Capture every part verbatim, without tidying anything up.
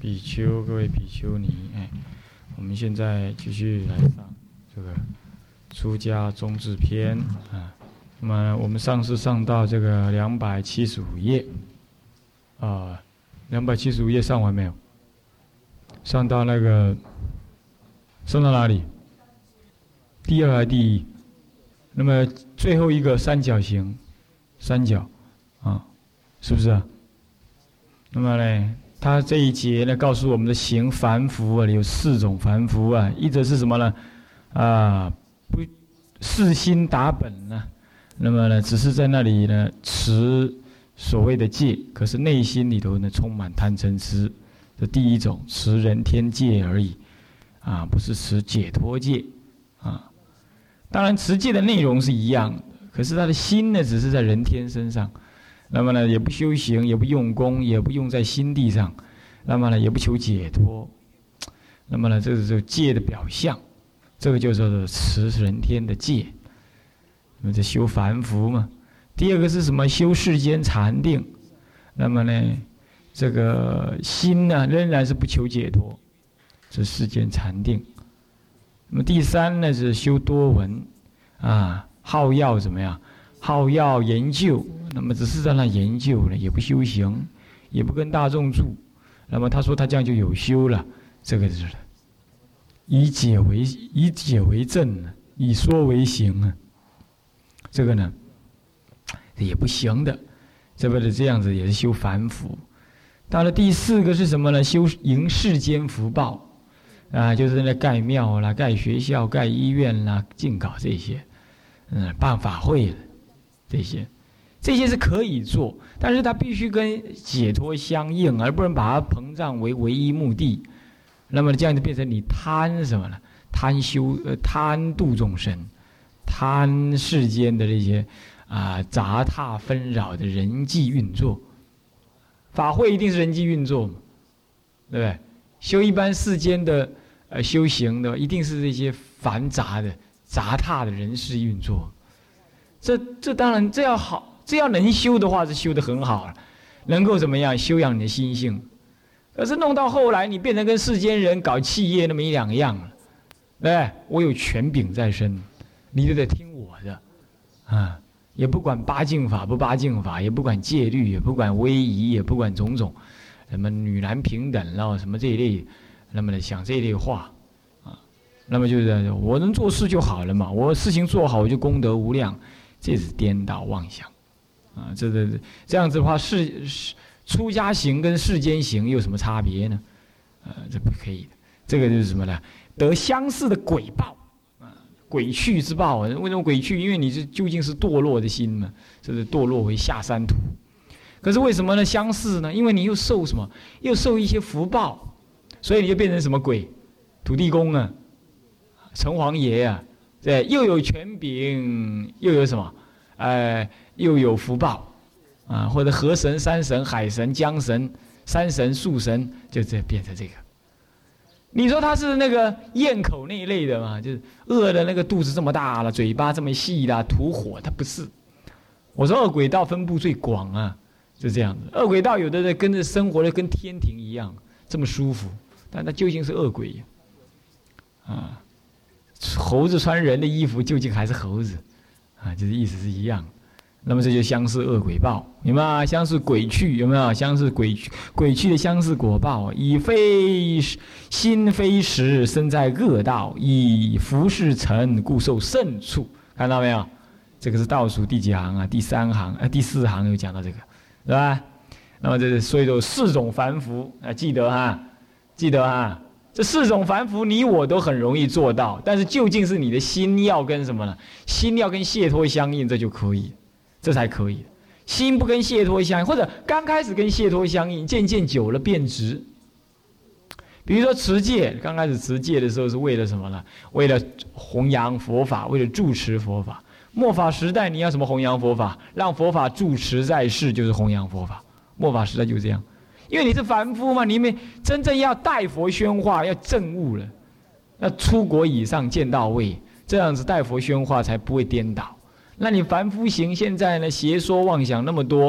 比丘，各位比丘尼，哎，我们现在继续来上这个出家宗智篇啊。那么我们上次上到这个两百七十五页啊，两百七十五页上完没有？上到那个上到哪里？第二还是第一？那么最后一个三角形，三角啊，是不是啊？那么呢？他这一节呢，告诉我们的行凡夫啊，有四种凡夫啊。一则是什么呢？啊，不，事心达本呢。那么呢，只是在那里呢持所谓的戒，可是内心里头呢充满贪嗔痴。这第一种，持人天戒而已，啊，不是持解脱戒啊。当然，持戒的内容是一样的，可是他的心呢，只是在人天身上。那么呢，也不修行，也不用功，也不用在心地上，那么呢，也不求解脱。那么呢，这是戒的表象，这个就叫做持人天的戒。那么这修凡夫嘛。第二个是什么？修世间禅定。那么呢，这个心呢，仍然是不求解脱，这世间禅定。那么第三呢，是修多闻，啊，好要怎么样？好要研究。那么只是在那研究了，也不修行，也不跟大众住。那么他说他这样就有修了，这个就是以解为以解为证，以说为行啊。这个呢，也不行的，这不是这样子，也是修凡夫。到了第四个是什么呢？修迎世间福报啊，就是那盖庙啦、盖学校、盖医院啦、净搞这些，嗯，办法会了这些。这些是可以做，但是它必须跟解脱相应，而不能把它膨胀为唯一目的。那么这样就变成你贪什么呢？贪修呃贪度众生，贪世间的这些啊、呃、杂沓纷扰的人际运作。法会一定是人际运作嘛，对不对？修一般世间的呃修行的，一定是这些繁杂的杂沓的人事运作。这这当然这要好。这要能修的话，是修得很好了，能够怎么样修养你的心性。可是弄到后来，你变成跟世间人搞企业那么一两样了，对不对？我有权柄在身，你就得听我的，啊，也不管八敬法不八敬法，也不管戒律，也不管威仪，也不管种种，什么女男平等啦，什么这一类，那么呢想这一类话，啊，那么就是我能做事就好了嘛，我事情做好我就功德无量，这是颠倒妄想。啊，这这这样子的话，世世出家行跟世间行有什么差别呢？呃，这不可以的。这个就是什么呢？得相似的鬼报啊，鬼去之报。为什么鬼去？因为你是究竟是堕落的心嘛，这是堕落为下三途。可是为什么呢？相似呢？因为你又受什么？又受一些福报，所以你就变成什么鬼？土地公啊，城隍爷啊，对，又有权柄，又有什么？呃。又有福报，啊，或者河神、山神、海神、江神、山神、树神，就这变成这个。你说他是那个咽口那一类的嘛？就是饿的那个肚子这么大了，嘴巴这么细啦，吐火，他不是。我说恶鬼道分布最广啊，就这样子。恶鬼道有的人跟着生活的跟天庭一样，这么舒服，但他究竟是恶鬼啊。猴子穿人的衣服，究竟还是猴子啊？就是意思是一样。那么这就相似恶鬼报，有没有？相似鬼去，有没有？相似鬼去，鬼去的相似果报，以非心非实，身在恶道，以福是尘，故受甚处。看到没有？这个是倒数第几行啊？第三行，呃，第四行有讲到这个，是吧？那么这是所以说四种凡夫啊，记得哈，记得哈。这四种凡夫，你我都很容易做到，但是究竟是你的心要跟什么呢？心要跟解脱相应，这就可以。这才可以，心不跟解脱相应，或者刚开始跟解脱相应，渐渐久了变直。比如说持戒，刚开始持戒的时候是为了什么呢？为了弘扬佛法，为了住持佛法。末法时代你要什么弘扬佛法？让佛法住持在世，就是弘扬佛法。末法时代就这样，因为你是凡夫嘛，你们真正要代佛宣化，要证悟了，要出国以上见到位，这样子代佛宣化才不会颠倒。那你凡夫行现在呢，邪说妄想那么多，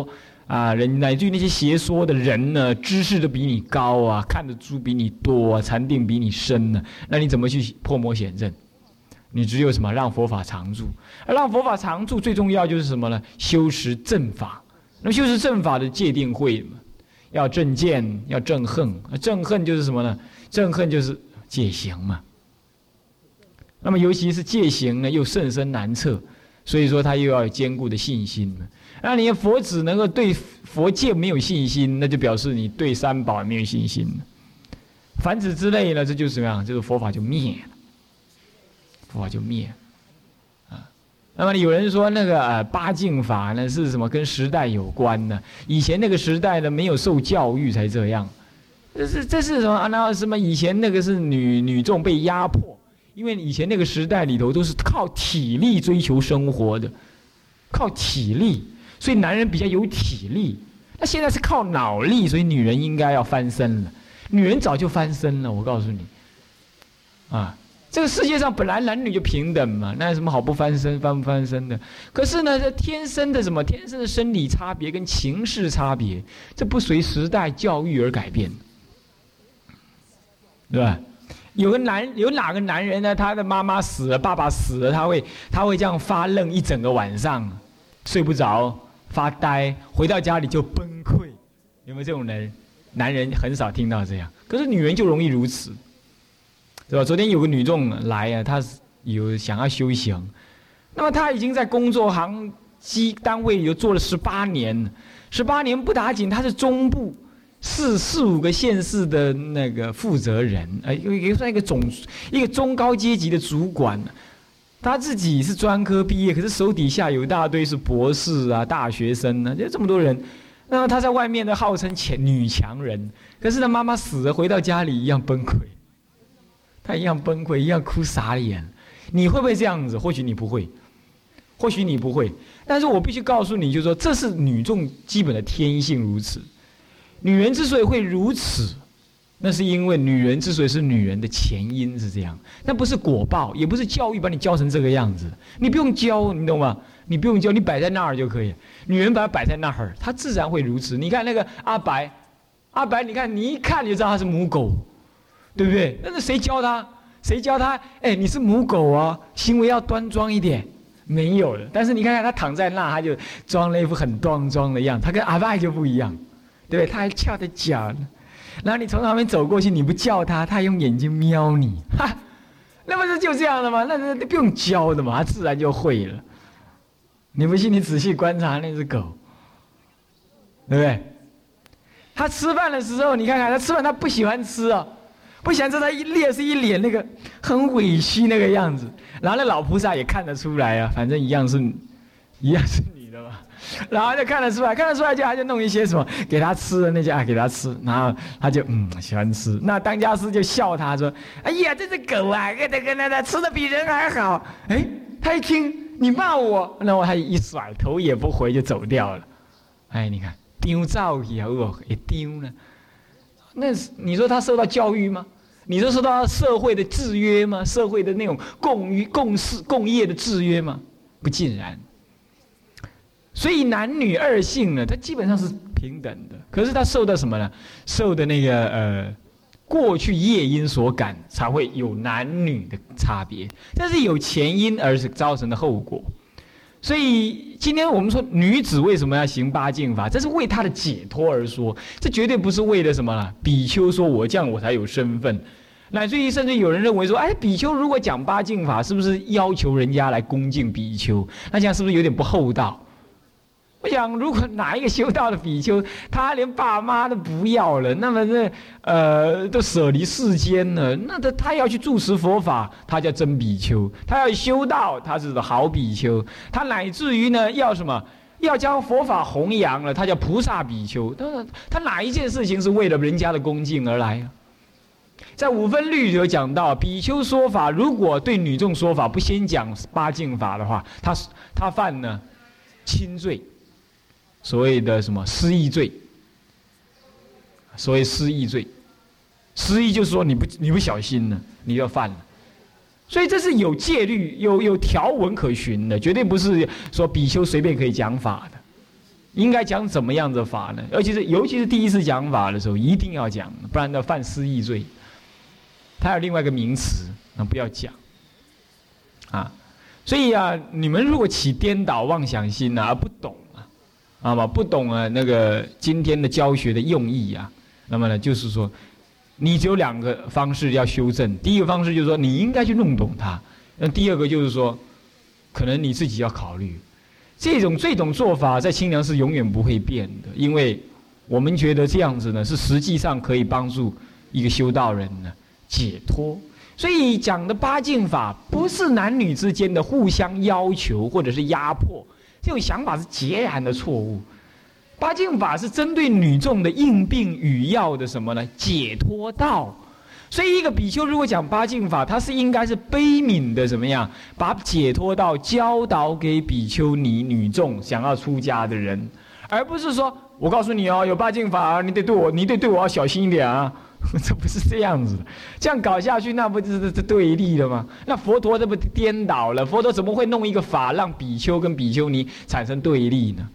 啊，人乃至于那些邪说的人呢，知识都比你高啊，看的书比你多啊，禅定比你深呢、啊，那你怎么去破魔显正？你只有什么让佛法常住？而让佛法常住最重要就是什么呢？修持正法。那么修持正法的戒定慧嘛，要正见，要正恨。正恨就是什么呢？正恨就是戒行嘛。那么尤其是戒行呢，又甚深难测，所以说他又要有坚固的信心嘛。那你的佛子能够对佛戒没有信心，那就表示你对三宝没有信心。凡此之类呢，这就是怎么样？就是佛法就灭了，佛法就灭了啊。那么有人说那个呃八敬法呢是什么？跟时代有关呢？以前那个时代呢没有受教育才这样。这是这是什么啊？那什么以前那个是女女众被压迫，因为以前那个时代里头都是靠体力追求生活的，靠体力。所以男人比较有体力，那现在是靠脑力，所以女人应该要翻身了。女人早就翻身了，我告诉你，啊，这个世界上本来男女就平等嘛，那有什么好不翻身、翻不翻身的？可是呢，这天生的什么？天生的生理差别跟情势差别，这不随时代教育而改变，对吧？有个男，有哪个男人呢？他的妈妈死了，爸爸死了，他会他会这样发愣一整个晚上，睡不着。发呆，回到家里就崩溃，有没有这种人？男人很少听到这样，可是女人就容易如此，对吧？昨天有个女众来啊，她有想要修行，那么她已经在工作行机单位里做了十八年，十八年不打紧，她是中部四四五个县市的那个负责人，呃，也算一个总一个中高阶级的主管。他自己是专科毕业，可是手底下有一大堆是博士啊、大学生呢、啊，就这么多人。那么他在外面呢，号称强女强人，可是他妈妈死了，回到家里一样崩溃，他一样崩溃，一样哭傻脸。你会不会这样子？或许你不会，或许你不会。但是我必须告诉你，就是说，这是女众基本的天性如此。女人之所以会如此，那是因为女人之所以是女人的前因是这样，那不是果报，也不是教育把你教成这个样子。你不用教，你懂吗？你不用教，你摆在那儿就可以。女人把它摆在那儿，她自然会如此。你看那个阿白，阿白，你看你一看你就知道他是母狗，对不对？那是谁教他？谁教他？哎，你是母狗啊，行为要端庄一点。没有了。但是你看看他躺在那，他就装了一副很端庄的样子。他跟阿白就不一样，对不对？他还翘着脚呢。然后你从旁边走过去，你不叫他，他用眼睛瞄你，哈，那不是就这样的吗？那那不用教的嘛，他自然就会了。你不信，你仔细观察那只狗，对不对？他吃饭的时候，你看看他吃饭，他不喜欢吃啊，不喜欢吃，他一脸是一脸那个很委屈那个样子。然后那老菩萨也看得出来啊，反正一样是，一样是女的嘛。然后就看得出来，看得出来就他就弄一些什么给他吃的那些啊，给他吃，然后他就嗯喜欢吃。那当家师就笑他说：“哎呀，这只狗啊，跟那个那个吃的比人还好。”哎，他一听你骂我，然后他一甩头也不回就走掉了。哎，你看丢照也哦，也丢呢。那你说他受到教育吗？你说受到社会的制约吗？社会的那种共于共事共业的制约吗？不尽然。所以男女二性呢，它基本上是平等的。可是它受到什么呢？受的那个呃，过去业因所感，才会有男女的差别。这是有前因而造成的后果。所以今天我们说女子为什么要行八敬法，这是为她的解脱而说，这绝对不是为了什么了。比丘说我这样我才有身份，乃至于甚至有人认为说，哎，比丘如果讲八敬法，是不是要求人家来恭敬比丘？那这样是不是有点不厚道？我想，如果哪一个修道的比丘，他连爸妈都不要了，那么这呃都舍离世间了，那他他要去住持佛法，他叫真比丘；他要修道，他是好比丘；他乃至于呢要什么，要将佛法弘扬了，他叫菩萨比丘。他他哪一件事情是为了人家的恭敬而来啊？在五分律有讲到，比丘说法如果对女众说法不先讲八敬法的话，他他犯呢轻罪。所谓的什么失义罪，所谓失义罪，失义就是说你不你不小心了，你就犯了，所以这是有戒律、有有条文可循的，绝对不是说比丘随便可以讲法的， 应该讲怎么样的法呢？尤其是尤其是第一次讲法的时候，一定要讲，不然要犯失义罪。它有另外一个名词，那不要讲啊。所以啊，你们如果起颠倒妄想心啊，不懂啊，啊嘛不懂啊那个今天的教学的用意啊，那么呢，就是说，你只有两个方式要修正。第一个方式就是说，你应该去弄懂它；那第二个就是说，可能你自己要考虑。这种这种做法在清凉是永远不会变的，因为我们觉得这样子呢，是实际上可以帮助一个修道人呢解脱。所以讲的八敬法不是男女之间的互相要求或者是压迫，这种想法是截然的错误。八敬法是针对女众的应病与药的什么呢？解脱道。所以一个比丘如果讲八敬法，他是应该是悲悯的怎么样，把解脱道教导给比丘尼女众想要出家的人，而不是说我告诉你哦，有八敬法，你得对我，你得对我要小心一点啊。这不是这样子的，这样搞下去，那不就是这对立了吗？那佛陀这不颠倒了？佛陀怎么会弄一个法让比丘跟比丘尼产生对立呢？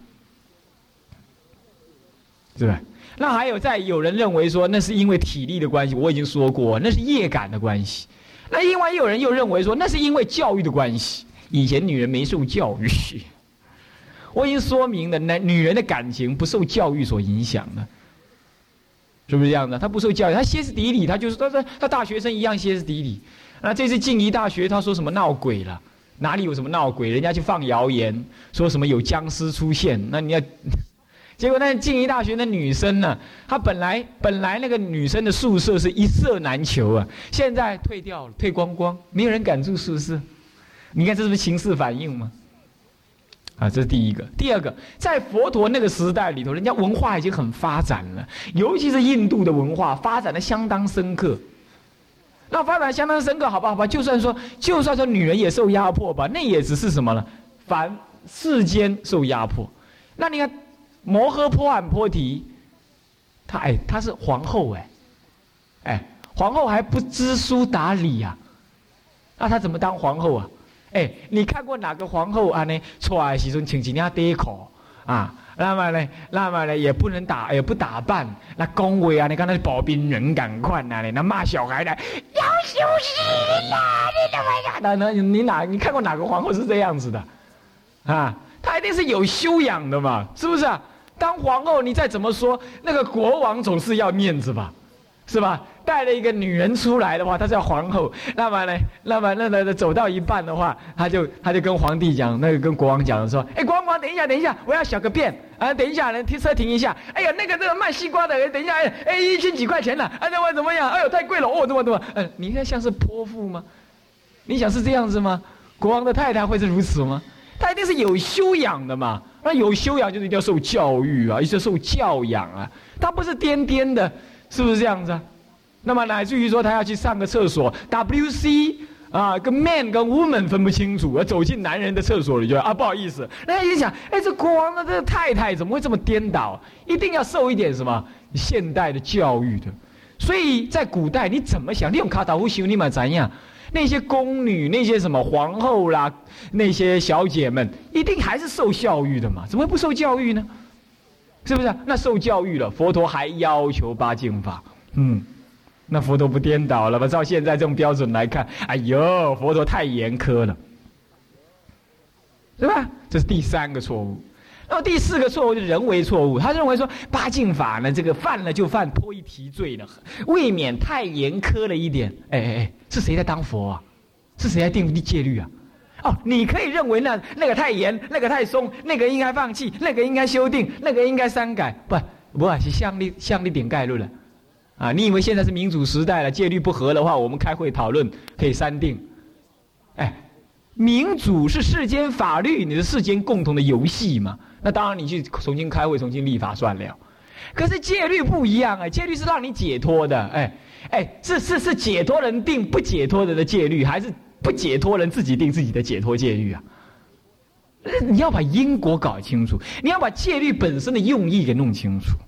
是吧？那还有在有人认为说那是因为体力的关系，我已经说过那是业感的关系。那另外有人又认为说那是因为教育的关系，以前女人没受教育，我已经说明了，男女人的感情不受教育所影响的，是不是这样的？她不受教育，她歇斯底里，她就是她她她大学生一样歇斯底里。那这次静宜大学她说什么闹鬼了？哪里有什么闹鬼？人家去放谣言，说什么有僵尸出现，那你要。结果那静宜大学的女生呢，她本来本来那个女生的宿舍是一舍难求啊，现在退掉了，退光光，没有人敢住宿舍。你看这是不是情势反应吗？啊，这是第一个。第二个，在佛陀那个时代里头，人家文化已经很发展了，尤其是印度的文化发展的相当深刻。那发展相当深刻，好吧，好吧，就算说就算说女人也受压迫吧，那也只是什么呢？凡世间受压迫。那你看。摩诃婆罕波提，她哎，她是皇后哎，哎，皇后还不知书达理呀、啊，那她怎么当皇后啊？哎，你看过哪个皇后啊？呢，出来的时阵穿一件短裤啊，那么呢，那么呢也不能打，也不打扮，那恭维啊，你看那保兵人赶快啊，那骂小孩的，要休息啦，你怎么样？那那你哪你看过哪个皇后是这样子的啊？她一定是有修养的嘛，是不是啊？当皇后，你再怎么说，那个国王总是要面子吧，是吧？带了一个女人出来的话，她叫皇后，那么呢，那么那那走到一半的话，他就他就跟皇帝讲，那个跟国王讲说，哎，国王，等一下，等一下，我要小个便啊，等一下，呢，停车停一下。哎呀，那个那个卖西瓜的，等一下，哎，一斤几块钱了，哎，那我怎么样？哎呦，太贵了，哦，怎么怎么？嗯、呃，你看像是泼妇吗？你想是这样子吗？国王的太太会是如此吗？他一定是有修养的嘛，那有修养就是一定要受教育啊，一定要受教养啊，他不是颠颠的，是不是这样子啊？那么乃至于说他要去上个厕所 ，W C 啊，跟 man 跟 woman 分不清楚，要走进男人的厕所里就啊不好意思，那一想，哎，这国王的这个太太怎么会这么颠倒？一定要受一点什么现代的教育的，所以在古代你怎么想，你用卡塔乌修你们怎样？那些宫女，那些什么皇后啦，那些小姐们，一定还是受教育的嘛？怎么会不受教育呢？是不是、啊？那受教育了，佛陀还要求八敬法，嗯，那佛陀不颠倒了吧？照现在这种标准来看，哎呦，佛陀太严苛了，是吧？这是第三个错误。那么第四个错误就是人为错误，他认为说八敬法呢，这个犯了就犯脱一提罪了，未免太严苛了一点。哎哎哎，是谁在当佛啊？是谁在定戒律啊？哦，你可以认为那那个太严，那个太松，那个应该放弃，那个应该修订，那个应该删改，不不是向力向力点概论了啊！你以为现在是民主时代了，戒律不合的话，我们开会讨论可以删定？哎，民主是世间法律，你是世间共同的游戏嘛？那当然，你去重新开会、重新立法算了。可是戒律不一样啊，戒律是让你解脱的，哎哎，是是是解脱人定不解脱人的戒律，还是不解脱人自己定自己的解脱戒律啊？你要把因果搞清楚，你要把戒律本身的用意给弄清楚，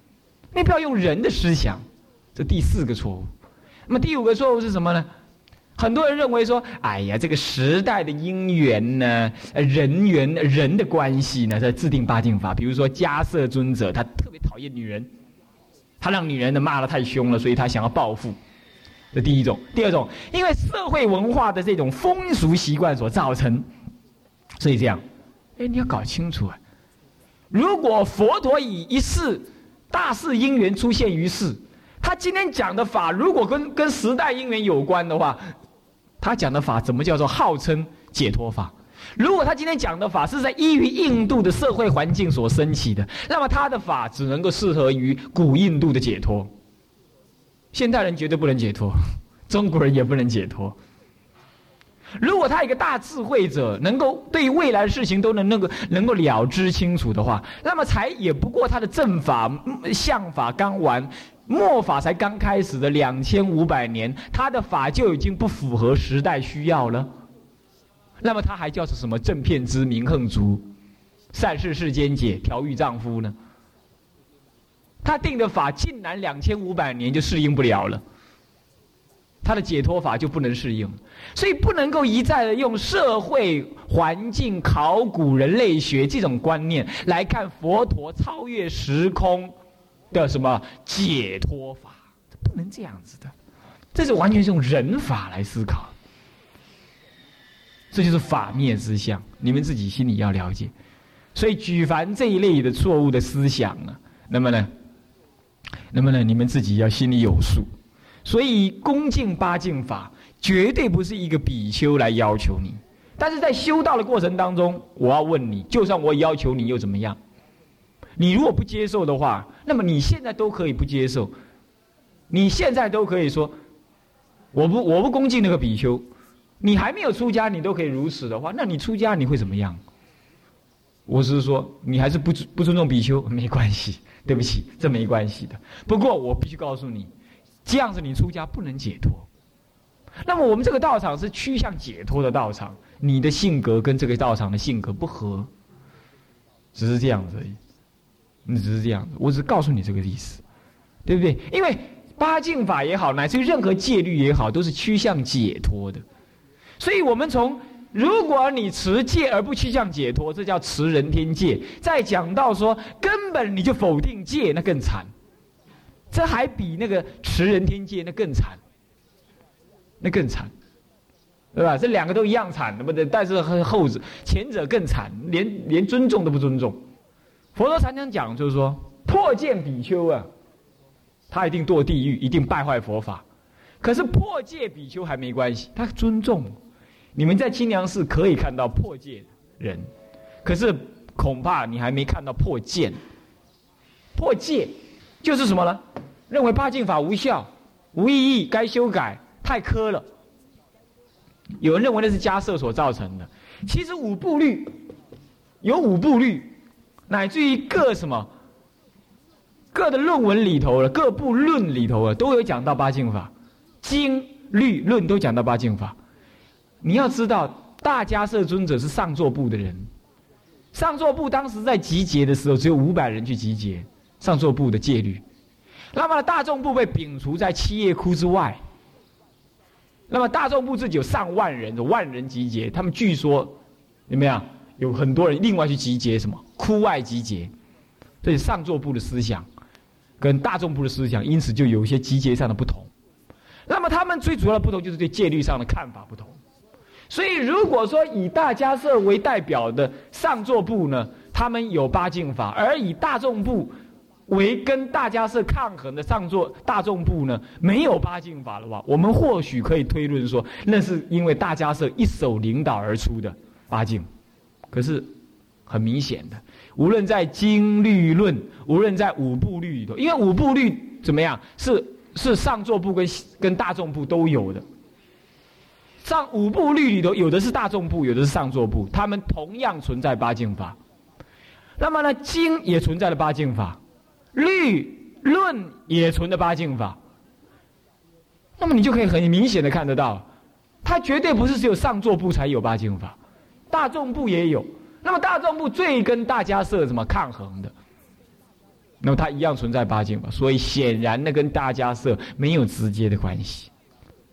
你不要用人的思想，这第四个错误。那么第五个错误是什么呢？ 很多人认为说，哎呀，这个时代的因缘呢，人缘人的关系呢，在制定八敬法。比如说迦叶尊者，他特别讨厌女人，他让女人呢骂得太凶了，所以他想要报复。这第一种。第二种，因为社会文化的这种风俗习惯所造成，所以这样，哎，你要搞清楚啊。如果佛陀以一世大事因缘出现于世，他今天讲的法，如果跟跟时代因缘有关的话，他讲的法怎么叫做号称解脱法？如果他今天讲的法是在依于印度的社会环境所升起的，那么他的法只能够适合于古印度的解脱。现代人绝对不能解脱，中国人也不能解脱。如果他一个大智慧者，能够对未来的事情都能能够能够了知清楚的话，那么才也不过他的正法、相法刚完。末法才刚开始的两千五百年，他的法就已经不符合时代需要了。那么他还叫做什么正片之名横足，善事世间解，调御丈夫呢？他定的法竟然两千五百年就适应不了了，他的解脱法就不能适应，所以不能够一再的用社会环境、考古、人类学这种观念来看佛陀超越时空的什么解脱法，不能这样子的，这是完全是用人法来思考，这就是法灭之相，你们自己心里要了解。所以举凡这一类的错误的思想啊，那么呢，那么呢，你们自己要心里有数。所以恭敬八敬法绝对不是一个比丘来要求你，但是在修道的过程当中，我要问你，就算我要求你又怎么样？你如果不接受的话，那么你现在都可以不接受，你现在都可以说，我不我不恭敬那个比丘，你还没有出家，你都可以如此的话，那你出家你会怎么样？我只是说，你还是不不尊重比丘，没关系，对不起，这没关系的。不过我必须告诉你，这样子你出家不能解脱。那么我们这个道场是趋向解脱的道场，你的性格跟这个道场的性格不合，只是这样子而已。你只是这样子，我只是告诉你这个意思，对不对？因为八敬法也好，乃至于任何戒律也好，都是趋向解脱的。所以我们从如果你持戒而不趋向解脱，这叫持人天戒。再讲到说根本你就否定戒，那更惨，这还比那个持人天戒那更惨，那更惨，对吧？这两个都一样惨，不对？但是后者前者更惨，连连尊重都不尊重。佛陀常常讲，就是说破戒比丘啊，他一定堕地狱，一定败坏佛法。可是破戒比丘还没关系，他尊重。你们在清凉寺可以看到破戒人，可是恐怕你还没看到破戒。破戒就是什么呢？认为八敬法无效、无意义，该修改，太苛了。有人认为那是迦叶所造成的，其实五部律有五部律。乃至于各什么各的论文里头了，各部论里头了，都有讲到八敬法，经律论都讲到八敬法。你要知道，大迦叶尊者是上座部的人，上座部当时在集结的时候，只有五百人去集结上座部的戒律，那么大众部被摒除在七叶窟之外。那么大众部自己有上万人，有万人集结，他们据说有没有？有很多人另外去集结什么窟外集结，所以上座部的思想跟大众部的思想，因此就有一些集结上的不同。那么他们最主要的不同就是对戒律上的看法不同。所以如果说以大迦叶为代表的上座部呢，他们有八敬法，而以大众部为跟大迦叶抗衡的上座大众部呢，没有八敬法的话，我们或许可以推论说，那是因为大迦叶一手领导而出的八敬。可是很明显的，无论在经律论，无论在五部律里头，因为五部律怎么样，是是上座部跟跟大众部都有的。上五部律里头，有的是大众部，有的是上座部，他们同样存在八敬法。那么呢，经也存在了八敬法，律论也存在八敬法。那么你就可以很明显的看得到，它绝对不是只有上座部才有八敬法。大众部也有，那么大众部最跟大迦叶怎么抗衡的？那么它一样存在八敬法，所以显然那跟大迦叶没有直接的关系。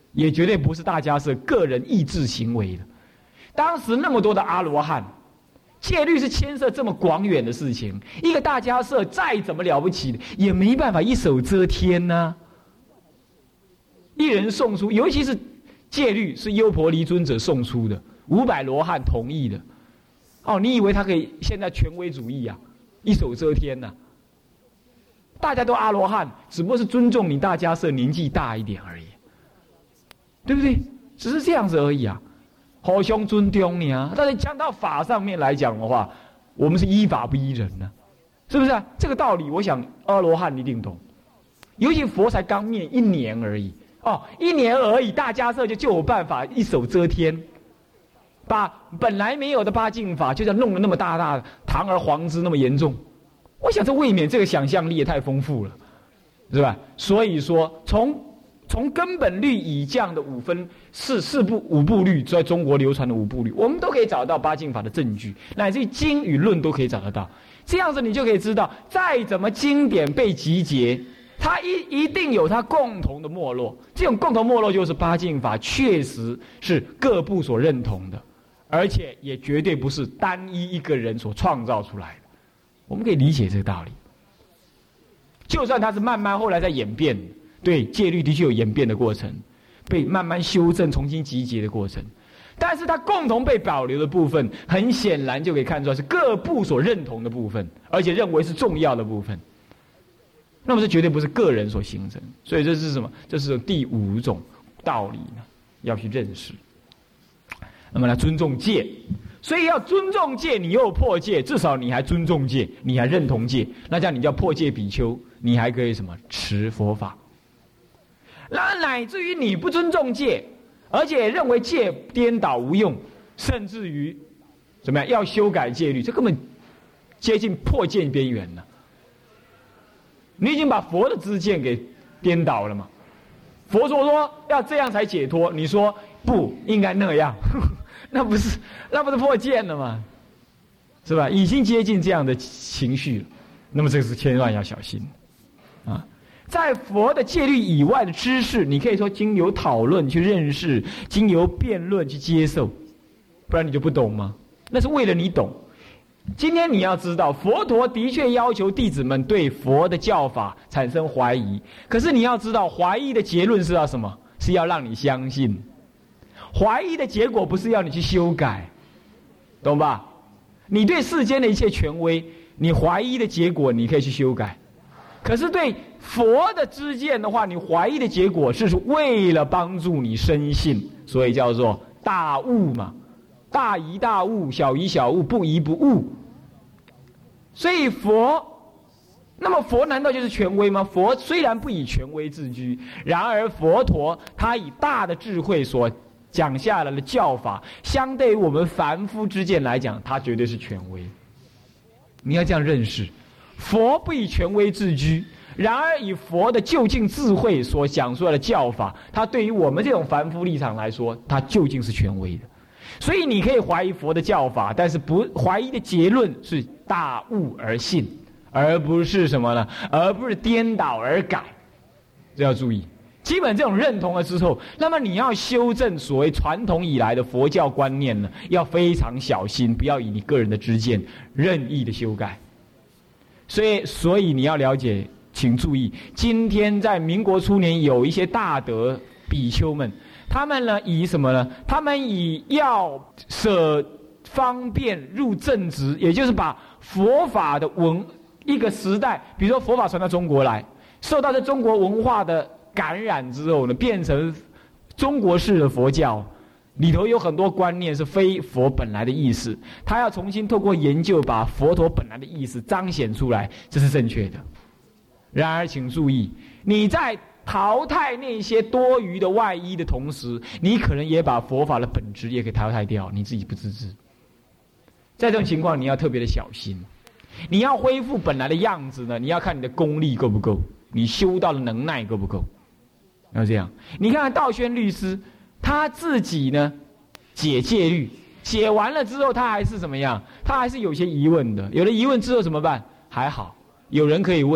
也绝对不是大迦叶个人意志行为的。当时那么多的阿罗汉，戒律是牵涉这么广远的事情，一个大迦叶再怎么了不起，也没办法一手遮天呢、啊。一人送出，尤其是戒律是优婆离尊者送出的，五百罗汉同意的。哦，你以为他可以现在权威主义啊，一手遮天呐、啊？大家都阿罗汉，只不过是尊重你大迦叶年纪大一点而已，对不对？只是这样子而已啊，互相尊重你啊。但是讲到法上面来讲的话，我们是依法不依人呢、啊，是不是、啊？这个道理，我想阿罗汉一定懂。尤其佛才刚灭一年而已，哦，一年而已，大迦叶就就有办法一手遮天，把本来没有的八敬法，就像弄得那么大大的堂而皇之那么严重。我想这未免这个想象力也太丰富了，是吧？所以说，从从根本律以降的五分四四部五部律，在中国流传的五部律，我们都可以找到八敬法的证据，乃至于经与论都可以找得到。这样子你就可以知道，再怎么经典被集结，它一一定有它共同的没落。这种共同没落就是八敬法确实是各部所认同的，而且也绝对不是单一一个人所创造出来的。我们可以理解这个道理，就算它是慢慢后来在演变，对戒律的确有演变的过程，被慢慢修正、重新集结的过程，但是它共同被保留的部分，很显然就可以看出来是各部所认同的部分，而且认为是重要的部分。那么这绝对不是个人所形成，所以这是什么？这是第五种道理呢，要去认识。那么来尊重戒。所以要尊重戒，你又有破戒，至少你还尊重戒，你还认同戒，那这样你叫破戒比丘，你还可以什么持佛法。那乃至于你不尊重戒，而且认为戒颠倒无用，甚至于怎么样要修改戒律，这根本接近破戒边缘了。你已经把佛的知见给颠倒了嘛？佛说说要这样才解脱，你说不应该那样。那不是那不是破戒了吗？是吧？已经接近这样的情绪了，那么这是千万要小心啊！在佛的戒律以外的知识，你可以说经由讨论去认识，经由辩论去接受，不然你就不懂吗？那是为了你懂。今天你要知道，佛陀的确要求弟子们对佛的教法产生怀疑，可是你要知道，怀疑的结论是要什么？是要让你相信。怀疑的结果不是要你去修改，懂吧？你对世间的一切权威，你怀疑的结果你可以去修改，可是对佛的知见的话，你怀疑的结果是为了帮助你深信，所以叫做大悟嘛，大疑大悟，小疑小悟，不疑不悟。所以佛，那么佛难道就是权威吗？佛虽然不以权威自居，然而佛陀他以大的智慧所讲下来的教法，相对于我们凡夫之见来讲，它绝对是权威。你要这样认识，佛不以权威自居，然而以佛的究竟智慧所讲出来的教法，它对于我们这种凡夫立场来说，它究竟是权威的。所以你可以怀疑佛的教法，但是不怀疑的结论是大悟而信，而不是什么呢？而不是颠倒而改，这要注意。基本这种认同了之后，那么你要修正所谓传统以来的佛教观念呢，要非常小心，不要以你个人的知见任意的修改。所以，所以你要了解，请注意，今天在民国初年有一些大德比丘们，他们呢以什么呢？他们以要舍方便入正直，也就是把佛法的文一个时代，比如说佛法传到中国来，受到这中国文化的感染之后呢，变成中国式的佛教，里头有很多观念是非佛本来的意思，他要重新透过研究把佛陀本来的意思彰显出来，这是正确的。然而请注意，你在淘汰那些多余的外衣的同时，你可能也把佛法的本质也给淘汰掉，你自己不自知。在这种情况你要特别的小心，你要恢复本来的样子呢，你要看你的功力够不够，你修道的能耐够不够。要这样，你看看道宣律师，他自己呢解戒律，解完了之后，他还是怎么样？他还是有些疑问的。有了疑问之后怎么办？还好有人可以问，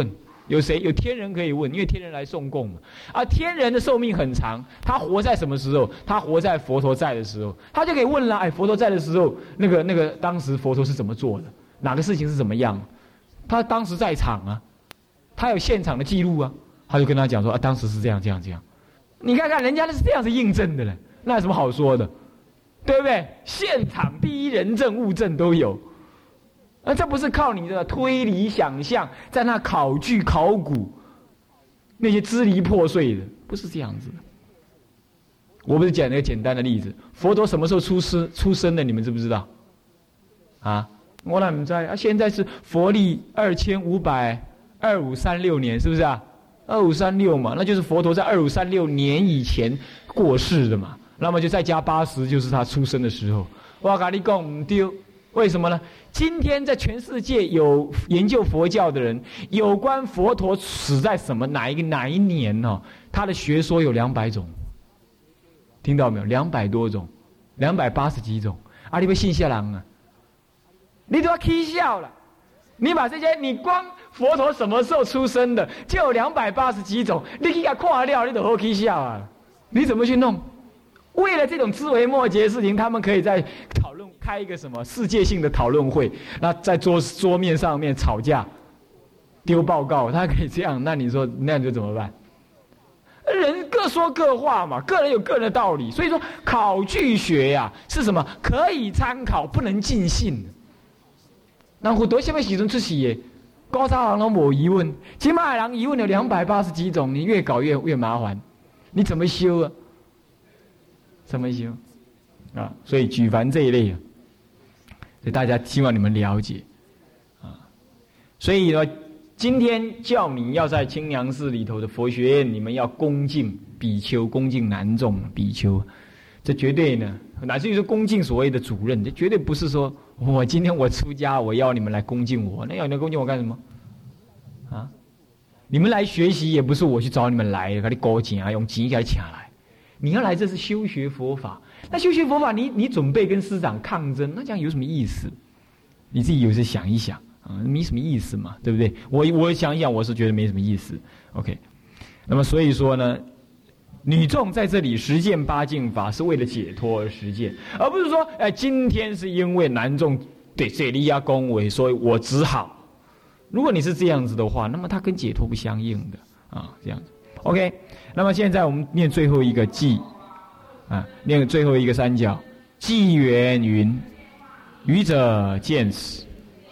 有谁？有天人可以问，因为天人来送供嘛。啊，天人的寿命很长，他活在什么时候？他活在佛陀在的时候，他就可以问了。哎，佛陀在的时候，那个那个当时佛陀是怎么做的？哪个事情是怎么样？他当时在场啊，他有现场的记录啊，他就跟他讲说啊，当时是这样这样这样。你看看人家那是这样子印证的嘞，那有什么好说的？对不对？现场第一人证物证都有。那这不是靠你的推理想象，在那考据考古，那些支离破碎的，不是这样子的。我不是讲一个简单的例子，佛陀什么时候出世出生的？你们知不知道？啊，我哪们在啊？现在是佛历二千五百二五三六年，是不是啊？二五三六嘛，那就是佛陀在二五三六年以前过世的嘛。那么就再加八十，就是他出生的时候。我跟你讲不对。为什么呢？今天在全世界有研究佛教的人，有关佛陀死在什么哪一个哪一年呢、哦？他的学说有两百种，听到没有？两百多种，两百八十几种。啊，你要信下人啊？你都要起笑了。你把这些，你光佛陀什么时候出生的，就有两百八十几种，你给他看了，你都好起笑啊！你怎么去弄？为了这种枝微末节的事情，他们可以在讨论开一个什么世界性的讨论会，那在桌桌面上面吵架，丢报告，他可以这样，那你说那你就怎么办？人各说各话嘛，个人有个人的道理，所以说考据学呀、啊、是什么？可以参考，不能尽信。那很多什么时阵出事的？高招人都没疑问，起码人疑问有两百八十几种，你越搞越越麻烦，你怎么修啊？怎么修啊？所以举凡这一类啊，所以大家希望你们了解啊。所以呢，今天叫你要在清凉寺里头的佛学院，你们要恭敬比丘，恭敬男众比丘，这绝对呢，乃至于说恭敬所谓的主任，这绝对不是说我今天我出家，我要你们来恭敬我，那要你们恭敬我干什么？啊？你们来学习也不是我去找你们来的，给你勾钱啊，用钱给你请来。你要来这是修学佛法，那修学佛法你，你你准备跟师长抗争，那这样有什么意思？你自己有时想一想啊，没什么意思嘛，对不对？我我想一想，我是觉得没什么意思。OK， 那么所以说呢，女众在这里实践八敬法，是为了解脱而实践，而不是说，哎，今天是因为男众对这里要恭维，所以我只好。如果你是这样子的话，那么它跟解脱不相应的啊，这样子。OK， 那么现在我们念最后一个偈，啊，念最后一个三角。偈缘云：愚者见此。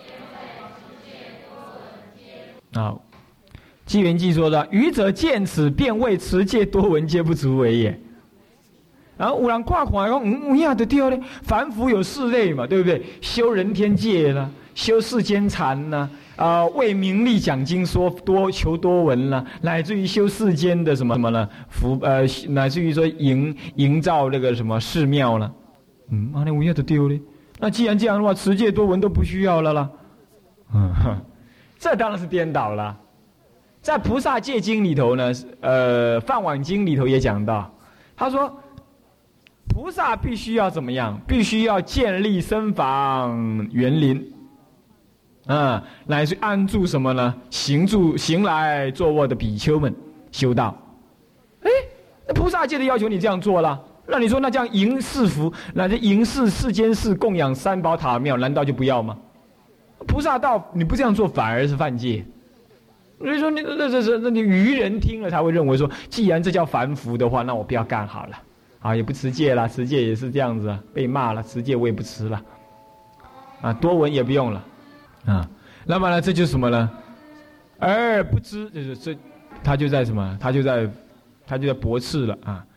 啊，偈缘偈说的：愚者见此，便谓持戒多闻皆不足为也。然后有人看看说，嗯，有影就对咧。凡夫有四类嘛，对不对？修人天戒啦，修世间禅啦。啊、呃，为名利讲经说多求多闻啦，乃至于修世间的什么什么呢？福呃，乃至于说营营造那个什么寺庙了。嗯，啊，那无要就丢嘞。那既然这样的话，持戒多闻都不需要了啦。嗯，这当然是颠倒了。在《菩萨戒经》里头呢，呃，《梵网经》里头也讲到，他说，菩萨必须要怎么样？必须要建立僧房园林。啊、嗯，乃至安住什么呢？行住行来坐卧的比丘们修道。哎，那菩萨戒的要求你这样做了，那你说那这样迎世福，乃至迎世世间事供养三宝塔庙，难道就不要吗？菩萨道你不这样做反而是犯戒。所以说你那这这那你愚人听了才会认为说，既然这叫凡夫的话，那我不要干好了。啊，也不持戒了，持戒也是这样子啊，被骂了，持戒我也不持了。啊，多闻也不用了。啊，那么呢，这就是什么呢？而不知，就是这，他就在什么？他就在，他就在驳斥了啊。